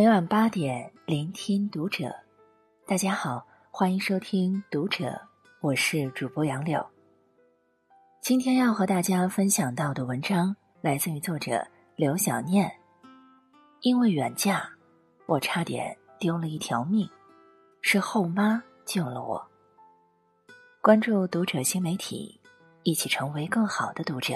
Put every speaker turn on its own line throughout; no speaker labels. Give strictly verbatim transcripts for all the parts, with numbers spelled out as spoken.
每晚八点，聆听读者。大家好，欢迎收听读者，我是主播杨柳。今天要和大家分享到的文章来自于作者刘小念。因为远嫁，我差点丢了一条命，是后妈救了我。关注读者新媒体，一起成为更好的读者。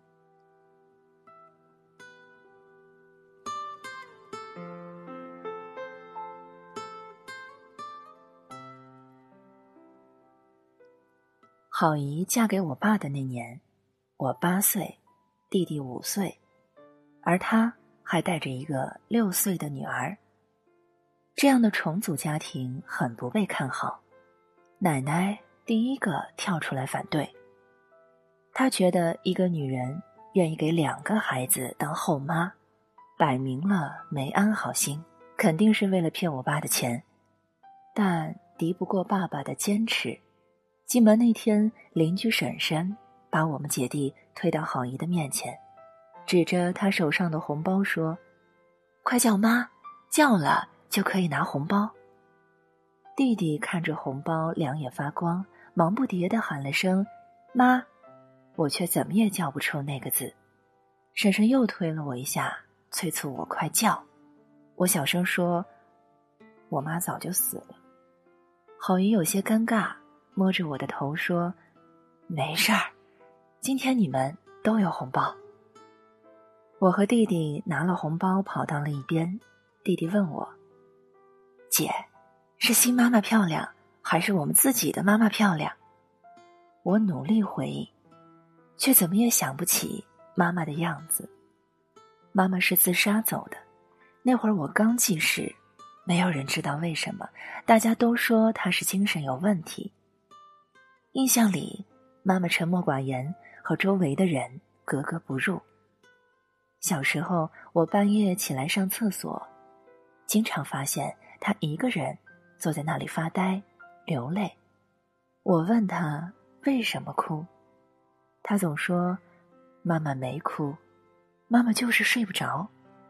好姨嫁给我爸的那年，我八岁，弟弟五岁，而她还带着一个六岁的女儿。这样的重组家庭很不被看好，奶奶第一个跳出来反对。她觉得一个女人愿意给两个孩子当后妈，摆明了没安好心，肯定是为了骗我爸的钱，但敌不过爸爸的坚持。进门那天，邻居婶婶把我们姐弟推到好姨的面前，指着她手上的红包说：“快叫妈，叫了就可以拿红包。”弟弟看着红包两眼发光，忙不迭地喊了声“妈”，我却怎么也叫不出那个字。婶婶又推了我一下，催促我快叫。我小声说：“我妈早就死了。”好姨有些尴尬，摸着我的头说：“没事儿，今天你们都有红包。”我和弟弟拿了红包跑到了一边，弟弟问我：“姐，是新妈妈漂亮，还是我们自己的妈妈漂亮？”我努力回忆，却怎么也想不起妈妈的样子。妈妈是自杀走的，那会儿我刚记事，没有人知道为什么，大家都说她是精神有问题。印象里，妈妈沉默寡言，和周围的人格格不入。小时候，我半夜起来上厕所，经常发现她一个人坐在那里发呆，流泪。我问她为什么哭，她总说妈妈没哭，妈妈就是睡不着。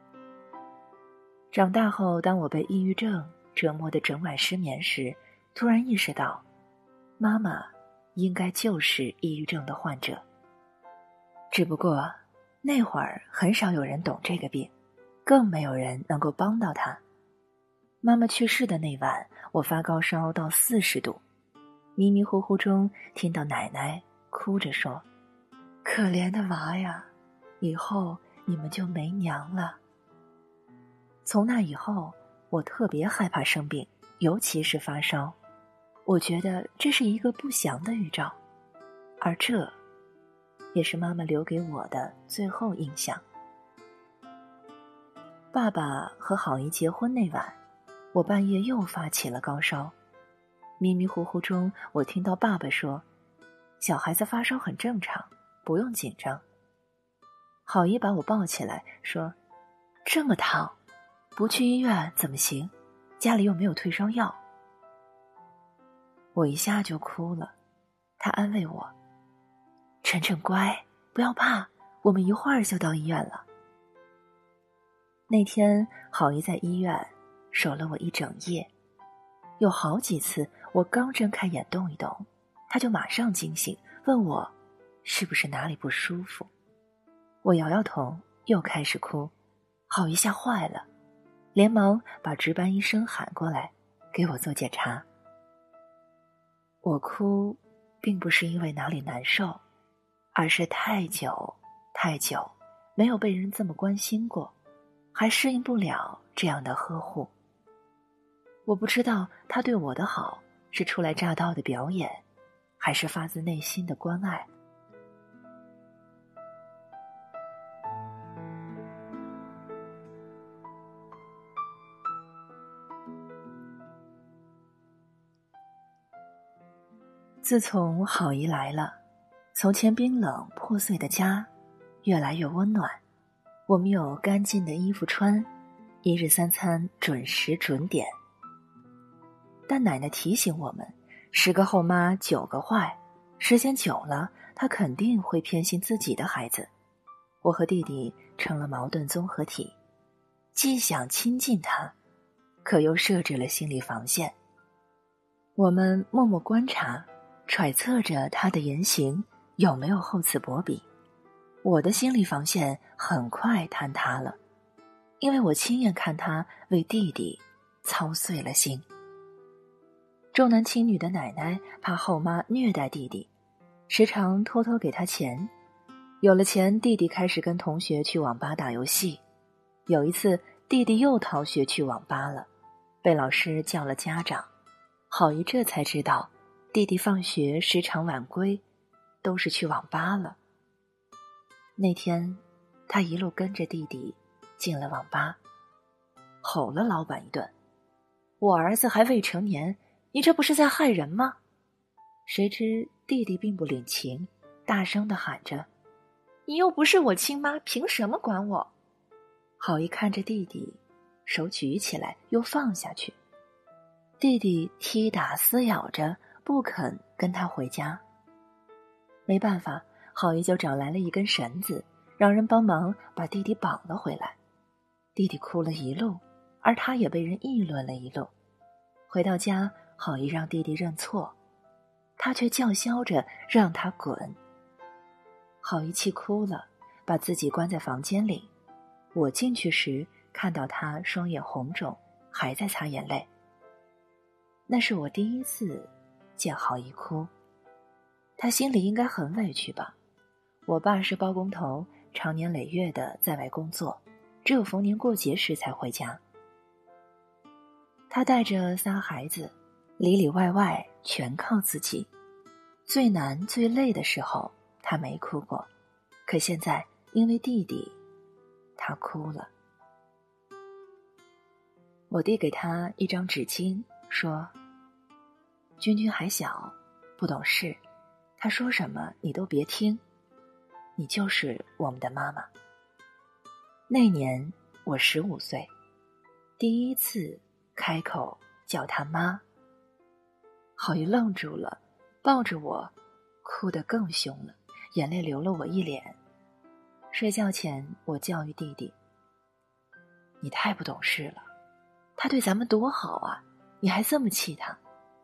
长大后，当我被抑郁症折磨得整晚失眠时，突然意识到，妈妈应该就是抑郁症的患者。只不过那会儿很少有人懂这个病，更没有人能够帮到他。妈妈去世的那晚，我发高烧到四十度，迷迷糊糊中听到奶奶哭着说：“可怜的娃呀，以后你们就没娘了。”从那以后，我特别害怕生病，尤其是发烧。我觉得这是一个不祥的预兆，而这也是妈妈留给我的最后印象。爸爸和好姨结婚那晚，我半夜又发起了高烧。迷迷糊糊中，我听到爸爸说：“小孩子发烧很正常，不用紧张。”好姨把我抱起来说：“这么烫，不去医院怎么行？家里又没有退烧药。”我一下就哭了，他安慰我：“晨晨乖，不要怕，我们一会儿就到医院了。”那天好姨在医院守了我一整夜，有好几次我刚睁开眼动一动，她就马上惊醒，问我是不是哪里不舒服。我摇摇头，又开始哭。好姨吓坏了，连忙把值班医生喊过来给我做检查。我哭并不是因为哪里难受，而是太久太久没有被人这么关心过，还适应不了这样的呵护。我不知道他对我的好是初来乍到的表演，还是发自内心的关爱。自从好姨来了，从前冰冷破碎的家越来越温暖。我们有干净的衣服穿，一日三餐准时准点。但奶奶提醒我们，十个后妈九个坏，时间久了，她肯定会偏心自己的孩子。我和弟弟成了矛盾综合体，既想亲近她， 可又设置了心理防线。我们默默观察，揣测着他的言行有没有厚此薄彼。我的心理防线很快坍塌了，因为我亲眼看他为弟弟操碎了心。重男轻女的奶奶怕后妈虐待弟弟，时常偷偷给他钱。有了钱，弟弟开始跟同学去网吧打游戏。有一次，弟弟又逃学去网吧了，被老师叫了家长。郝姨这才知道，弟弟放学时常晚归，都是去网吧了。那天，他一路跟着弟弟进了网吧，吼了老板一顿：“我儿子还未成年，你这不是在害人吗？”谁知弟弟并不领情，大声地喊着：“你又不是我亲妈，凭什么管我？”郝姨看着弟弟，手举起来又放下去。弟弟踢打撕咬着，不肯跟他回家。没办法，郝姨就找来了一根绳子，让人帮忙把弟弟绑了回来。弟弟哭了一路，而他也被人议论了一路。回到家，郝姨让弟弟认错，他却叫嚣着让他滚。郝姨气哭了，把自己关在房间里。我进去时看到他双眼红肿，还在擦眼泪。那是我第一次见郝姨哭，她心里应该很委屈吧。我爸是包工头，常年累月的在外工作，只有逢年过节时才回家。他带着仨孩子，里里外外全靠自己。最难最累的时候他没哭过，可现在因为弟弟他哭了。我递给他一张纸巾，说：“君君还小，不懂事，他说什么你都别听，你就是我们的妈妈。”那年我十五岁，第一次开口叫他妈。郝姨愣住了，抱着我，哭得更凶了，眼泪流了我一脸。睡觉前我教育弟弟：“你太不懂事了，他对咱们多好啊，你还这么气他。”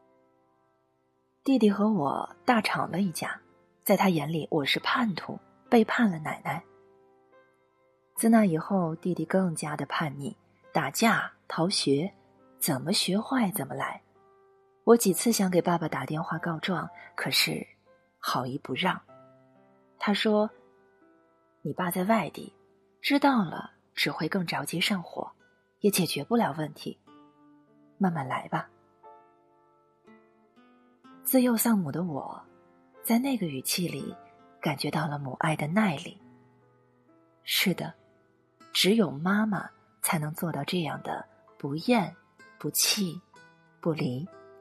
弟弟和我大吵了一架，在他眼里我是叛徒，背叛了奶奶。自那以后，弟弟更加的叛逆，打架逃学，怎么学坏怎么来。我几次想给爸爸打电话告状，可是郝姨不让。他说：“你爸在外地，知道了只会更着急上火，也解决不了问题，慢慢来吧。”自幼丧母的我，在那个语气里感觉到了母爱的耐力。是的，只有妈妈才能做到这样的不厌、不弃、不离。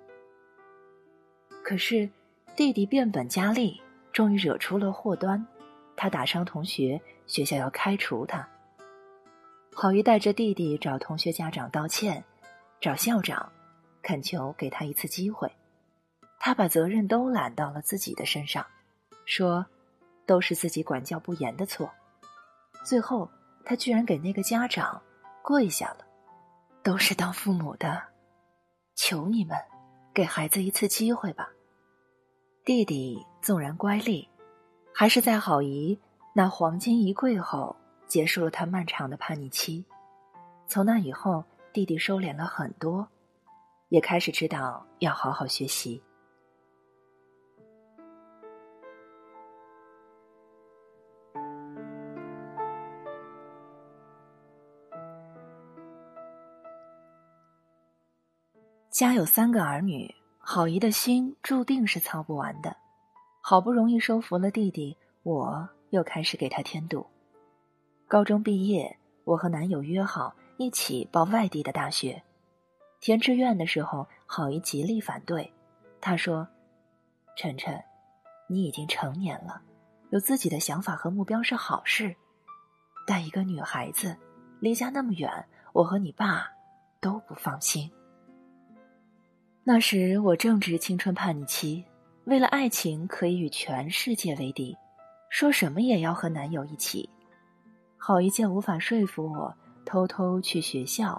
可是弟弟变本加厉，终于惹出了祸端。他打伤同学，学校要开除他。郝姨带着弟弟找同学家长道歉，找校长恳求给他一次机会。他把责任都揽到了自己的身上，说都是自己管教不严的错。最后他居然给那个家长跪下了：“都是当父母的，求你们给孩子一次机会吧。”弟弟纵然乖戾，还是在郝姨那黄金一跪后结束了他漫长的叛逆期。从那以后，弟弟收敛了很多，也开始知道要好好学习。家有三个儿女，郝姨的心注定是操不完的。好不容易收服了弟弟，我又开始给他添堵。高中毕业，我和男友约好一起报外地的大学。填志愿的时候，郝姨极力反对。她说：“晨晨，你已经成年了，有自己的想法和目标是好事，但一个女孩子离家那么远，我和你爸都不放心。”那时我正值青春叛逆期，为了爱情可以与全世界为敌，说什么也要和男友一起。郝姨见无法说服我，偷偷去学校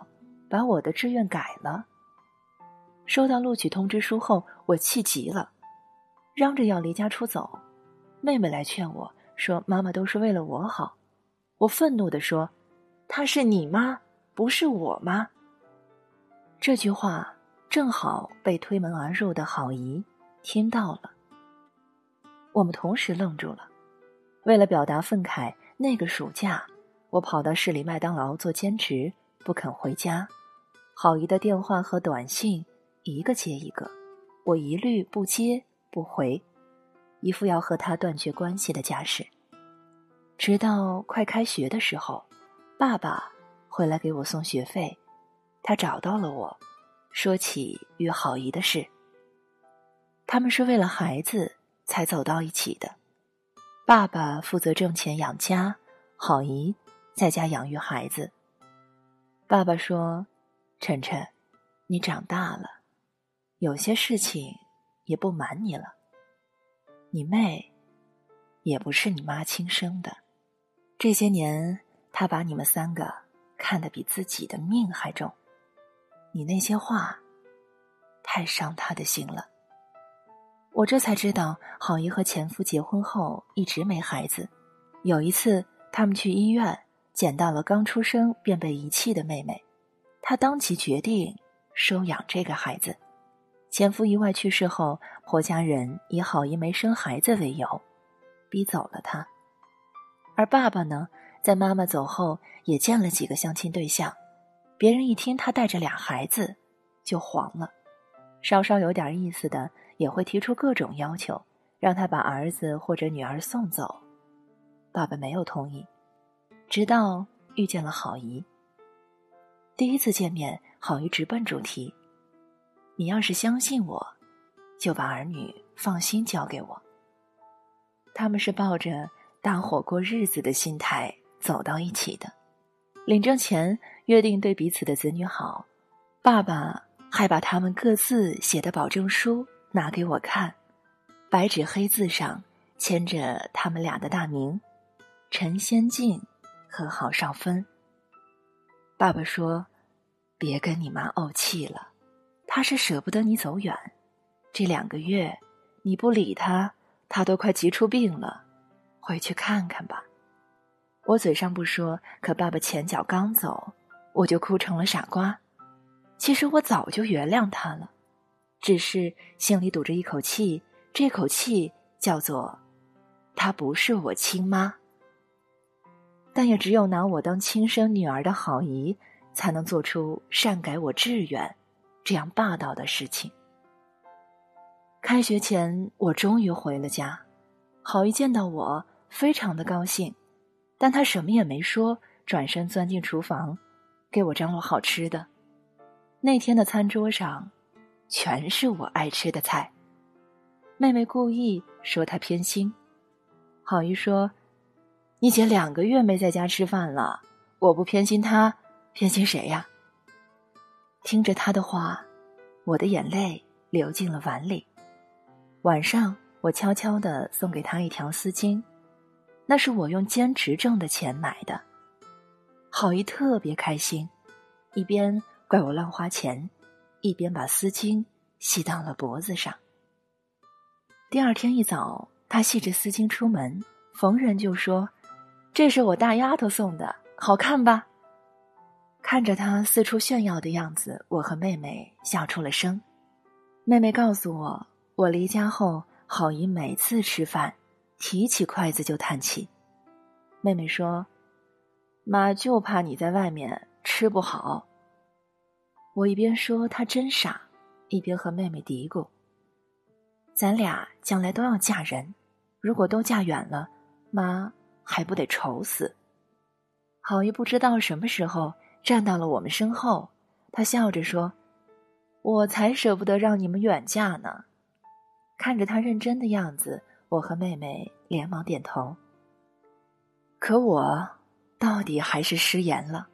把我的志愿改了。收到录取通知书后，我气极了，嚷着要离家出走。妹妹来劝我，说妈妈都是为了我好。我愤怒地说，她是你妈，不是我妈。这句话正好被推门而入的郝姨听到了。我们同时愣住了。为了表达愤慨，那个暑假我跑到市里麦当劳做兼职，不肯回家。郝姨的电话和短信一个接一个，我一律不接不回，一副要和她断绝关系的架势。直到快开学的时候，爸爸回来给我送学费，他找到了我，说起与郝姨的事。他们是为了孩子才走到一起的，爸爸负责挣钱养家，郝姨在家养育孩子。爸爸说，晨晨，你长大了，有些事情也不瞒你了，你妹也不是你妈亲生的，这些年她把你们三个看得比自己的命还重，你那些话太伤她的心了。我这才知道，郝姨和前夫结婚后一直没孩子。有一次他们去医院，捡到了刚出生便被遗弃的妹妹，她当即决定收养这个孩子。前夫意外去世后，婆家人以郝姨没生孩子为由，逼走了她。而爸爸呢，在妈妈走后也见了几个相亲对象，别人一听他带着俩孩子就黄了，稍稍有点意思的也会提出各种要求，让他把儿子或者女儿送走。爸爸没有同意，直到遇见了郝姨。第一次见面，郝姨直奔主题，你要是相信我，就把儿女放心交给我。他们是抱着大伙过日子的心态走到一起的，领证前约定对彼此的子女好，爸爸还把他们各自写的保证书拿给我看，白纸黑字上签着他们俩的大名，陈先进和郝少芬。爸爸说，别跟你妈怄气了，她是舍不得你走远，这两个月你不理她，她都快急出病了，回去看看吧。我嘴上不说，可爸爸前脚刚走，我就哭成了傻瓜。其实我早就原谅他了，只是心里堵着一口气，这口气叫做她不是我亲妈。但也只有拿我当亲生女儿的郝姨，才能做出擅改我志愿这样霸道的事情。开学前我终于回了家，郝姨见到我非常的高兴，但她什么也没说，转身钻进厨房给我张罗好吃的。那天的餐桌上全是我爱吃的菜。妹妹故意说她偏心，郝姨说，你姐两个月没在家吃饭了，我不偏心她，偏心谁呀？听着她的话，我的眼泪流进了碗里。晚上我悄悄地送给她一条丝巾，那是我用兼职挣的钱买的。郝姨特别开心，一边怪我乱花钱，一边把丝巾系到了脖子上。第二天一早，她系着丝巾出门，逢人就说，这是我大丫头送的，好看吧？看着她四处炫耀的样子，我和妹妹笑出了声。妹妹告诉我，我离家后，郝姨每次吃饭提起筷子就叹气。妹妹说，妈就怕你在外面吃不好。我一边说她真傻，一边和妹妹嘀咕，咱俩将来都要嫁人，如果都嫁远了，妈还不得愁死。郝姨不知道什么时候站到了我们身后，她笑着说，我才舍不得让你们远嫁呢。看着她认真的样子，我和妹妹连忙点头。可我到底还是食言了。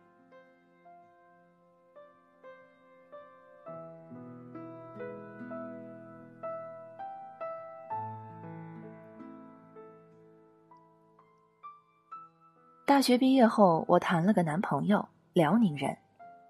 大学毕业后，我谈了个男朋友，辽宁人。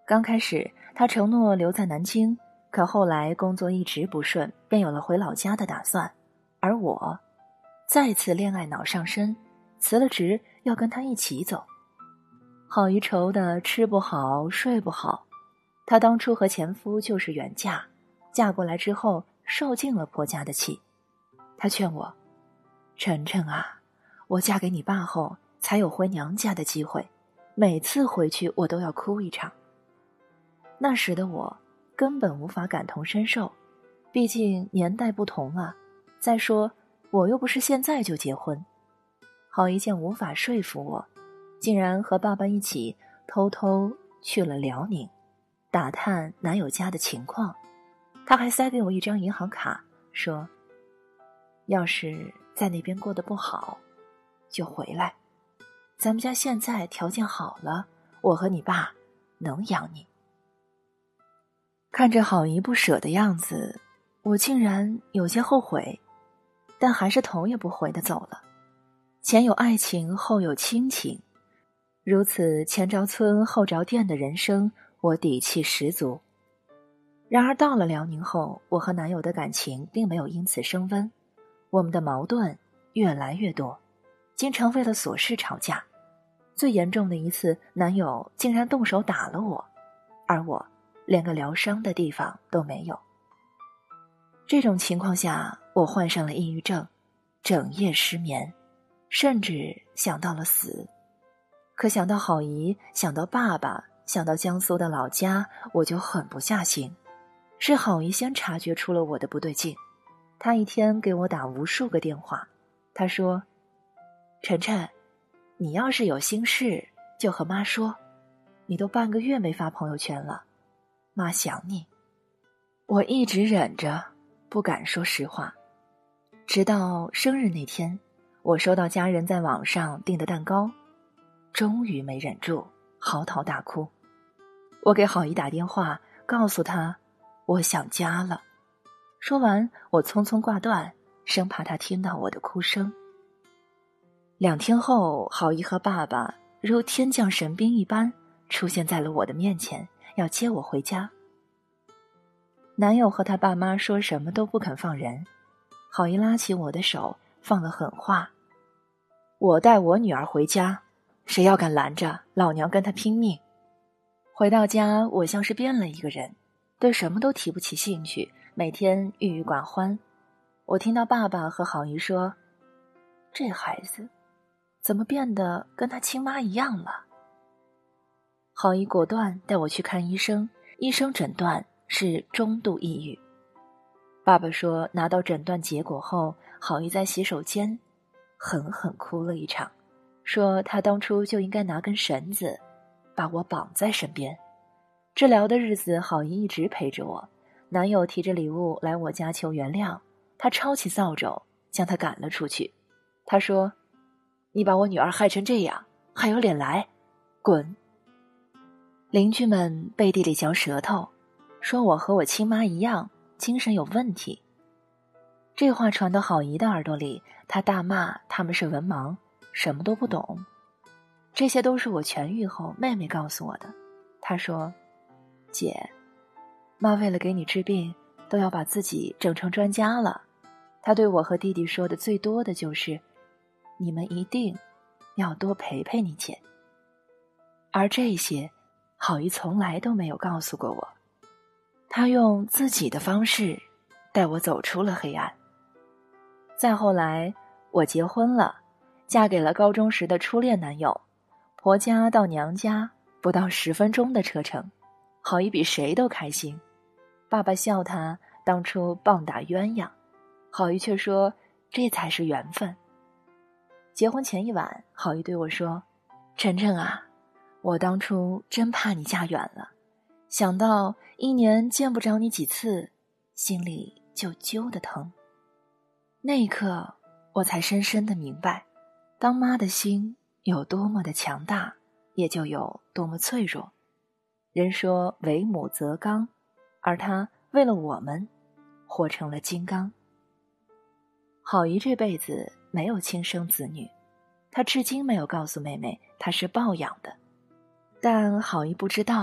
刚开始他承诺留在南京，可后来工作一直不顺，便有了回老家的打算。而我再次恋爱脑上身，辞了职要跟他一起走。郝姨愁的吃不好睡不好，她当初和前夫就是远嫁，嫁过来之后受尽了婆家的气。她劝我，晨晨啊，我嫁给你爸后才有回娘家的机会，每次回去我都要哭一场。那时的我根本无法感同身受，毕竟年代不同啊，再说我又不是现在就结婚。郝姨见无法说服我，竟然和爸爸一起偷偷去了辽宁，打探男友家的情况。他还塞给我一张银行卡，说要是在那边过得不好就回来，咱们家现在条件好了，我和你爸能养你。看着郝姨不舍的样子，我竟然有些后悔，但还是头也不回地走了。前有爱情，后有亲情，如此前着村后着店的人生，我底气十足。然而到了辽宁后，我和男友的感情并没有因此升温，我们的矛盾越来越多，经常为了琐事吵架。最严重的一次，男友竟然动手打了我，而我连个疗伤的地方都没有。这种情况下，我患上了抑郁症，整夜失眠，甚至想到了死。可想到郝姨，想到爸爸，想到江苏的老家，我就狠不下心。是郝姨先察觉出了我的不对劲，她一天给我打无数个电话。她说，晨晨，你要是有心事就和妈说，你都半个月没发朋友圈了，妈想你。我一直忍着不敢说实话，直到生日那天，我收到家人在网上订的蛋糕，终于没忍住嚎啕大哭。我给郝姨打电话，告诉她我想家了。说完我匆匆挂断，生怕她听到我的哭声。两天后，郝姨和爸爸如天降神兵一般出现在了我的面前，要接我回家。男友和他爸妈说什么都不肯放人，郝姨拉起我的手放了狠话，我带我女儿回家，谁要敢拦着，老娘跟他拼命。回到家，我像是变了一个人，对什么都提不起兴趣，每天郁郁寡欢。我听到爸爸和郝姨说，这孩子怎么变得跟他亲妈一样了。郝姨果断带我去看医生，医生诊断是中度抑郁。爸爸说拿到诊断结果后，郝姨在洗手间狠狠哭了一场，说她当初就应该拿根绳子把我绑在身边。治疗的日子，郝姨一直陪着我，男友提着礼物来我家求原谅，他抄起扫帚将他赶了出去。他说，你把我女儿害成这样，还有脸来，滚。邻居们背地里嚼舌头，说我和我亲妈一样，精神有问题。这话传到郝姨的耳朵里，她大骂他们是文盲，什么都不懂。这些都是我痊愈后妹妹告诉我的。她说，姐，妈为了给你治病，都要把自己整成专家了。她对我和弟弟说的最多的就是，你们一定要多陪陪你姐。而这些，郝姨从来都没有告诉过我。她用自己的方式带我走出了黑暗。再后来，我结婚了，嫁给了高中时的初恋男友。婆家到娘家不到十分钟的车程，郝姨比谁都开心。爸爸笑他当初棒打鸳鸯，郝姨却说这才是缘分。结婚前一晚，郝姨对我说，晨晨啊，我当初真怕你嫁远了，想到一年见不着你几次，心里就揪得疼。那一刻，我才深深地明白，当妈的心有多么的强大，也就有多么脆弱。人说为母则刚，而她为了我们活成了金刚。郝姨这辈子没有亲生子女，她至今没有告诉妹妹她是抱养的。但郝姨不知道，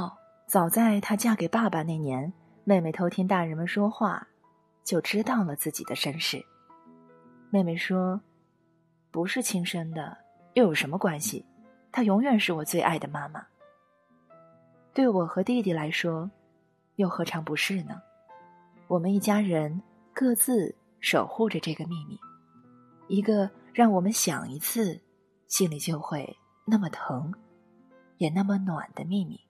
早在她嫁给爸爸那年，妹妹偷听大人们说话，就知道了自己的身世。妹妹说，不是亲生的，又有什么关系？她永远是我最爱的妈妈。对我和弟弟来说，又何尝不是呢？我们一家人各自守护着这个秘密，一个让我们想一次，心里就会那么疼，也那么暖的秘密。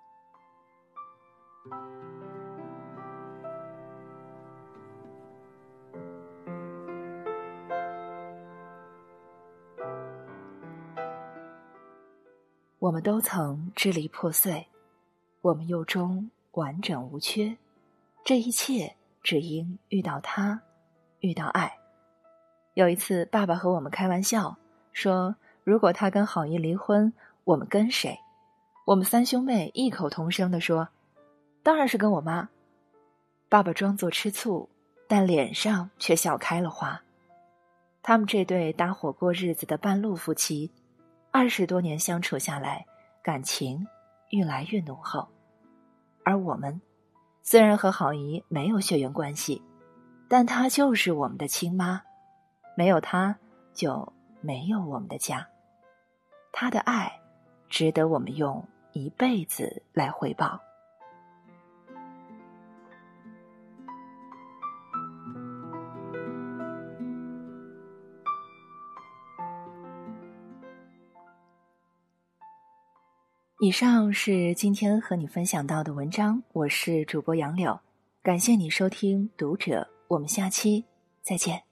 我们都曾支离破碎，我们又终完整无缺，这一切只因遇到他，遇到爱。有一次爸爸和我们开玩笑说，如果他跟郝姨离婚，我们跟谁？我们三兄妹异口同声地说，当然是跟我妈。爸爸装作吃醋，但脸上却笑开了花。他们这对搭伙过日子的半路夫妻，二十多年相处下来，感情愈来愈浓厚。而我们虽然和郝姨没有血缘关系，但她就是我们的亲妈，没有她就没有我们的家。她的爱值得我们用一辈子来回报。以上是今天和你分享到的文章，我是主播杨柳，感谢你收听读者，我们下期再见。